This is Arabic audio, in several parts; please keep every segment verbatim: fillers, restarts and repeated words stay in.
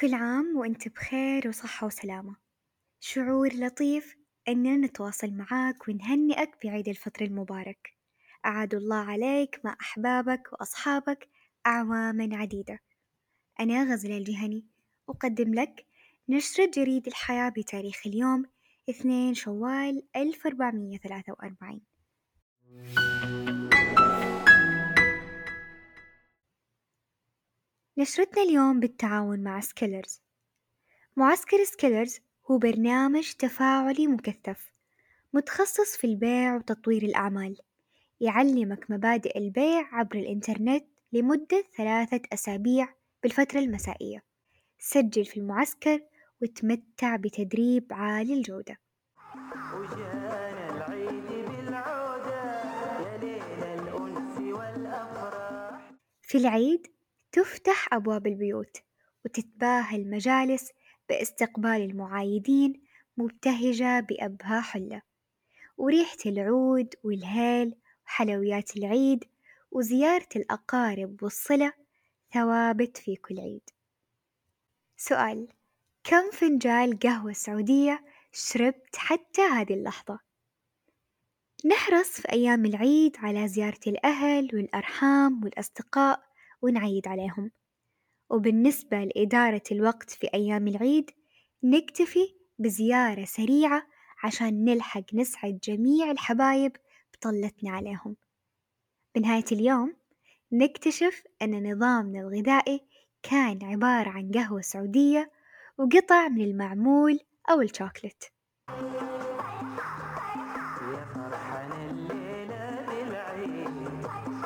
كل عام وانت بخير وصحة وسلامة. شعور لطيف أننا نتواصل معاك ونهنئك بعيد الفطر المبارك. أعاد الله عليك مع أحبابك وأصحابك أعواما عديدة. أنا غزلة الجهني أقدم لك نشرة جريد الحياة بتاريخ اليوم اثنين شوال ألف وأربعمية وثلاثة وأربعين. نشرتنا اليوم بالتعاون مع سكيلرز. معسكر سكيلرز هو برنامج تفاعلي مكثف متخصص في البيع وتطوير الأعمال، يعلمك مبادئ البيع عبر الإنترنت لمدة ثلاثة أسابيع بالفترة المسائية. سجل في المعسكر وتمتع بتدريب عالي الجودة. وجانا العيد بالعودة يا ليل الأنس والأفراح. في العيد تفتح أبواب البيوت وتتباهى المجالس باستقبال المعايدين مبتهجة بأبهى حلة، وريحة العود والهيل وحلويات العيد وزيارة الأقارب والصلة ثوابت في كل عيد. سؤال: كم فنجال قهوة سعودية شربت حتى هذه اللحظة؟ نحرص في أيام العيد على زيارة الأهل والأرحام والأصدقاء ونعيد عليهم، وبالنسبة لإدارة الوقت في أيام العيد نكتفي بزيارة سريعة عشان نلحق نسعد جميع الحبايب بطلتنا عليهم. بنهاية اليوم نكتشف أن نظامنا الغذائي كان عبارة عن قهوة سعودية وقطع من المعمول أو الشوكولات. يا فرحان الليلة بالعيد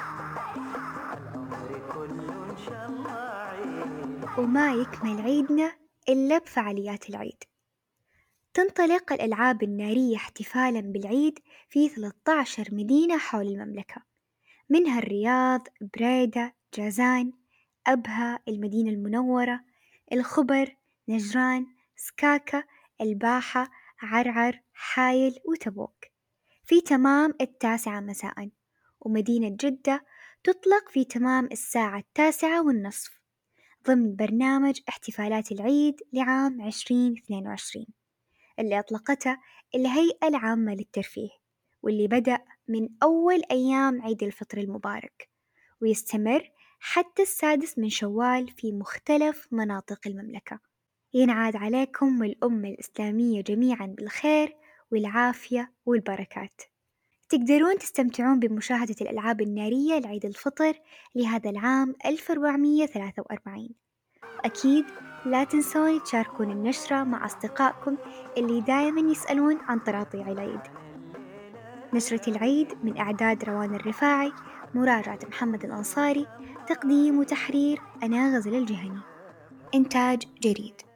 العمر كله إن شاء الله عيد. وما يكمل عيدنا إلا بفعاليات العيد. تنطلق الألعاب النارية احتفالاً بالعيد في ثلاثة عشر مدينة حول المملكة، منها الرياض، بريدة، جازان، أبها، المدينة المنورة، الخبر، نجران، سكاكا، الباحة، عرعر، حايل وتبوك في تمام التاسعة مساءً، ومدينة جدة تطلق في تمام الساعة التاسعة والنصف ضمن برنامج احتفالات العيد لعام عشرين اثنين وعشرين اللي أطلقته الهيئة العامة للترفيه، واللي بدأ من أول أيام عيد الفطر المبارك ويستمر حتى السادس من شوال في مختلف مناطق المملكة. ينعاد عليكم والأمة الإسلامية جميعا بالخير والعافية والبركات. تقدرون تستمتعون بمشاهدة الألعاب النارية لعيد الفطر لهذا العام ألف وأربعمية وثلاثة وأربعين. أكيد لا تنسون تشاركون النشرة مع أصدقائكم اللي دايما يسألون عن تراطيع العيد. نشرة العيد من إعداد روان الرفاعي، مراجعة محمد الأنصاري، تقديم وتحرير أنا غزل الجهني، إنتاج جريد.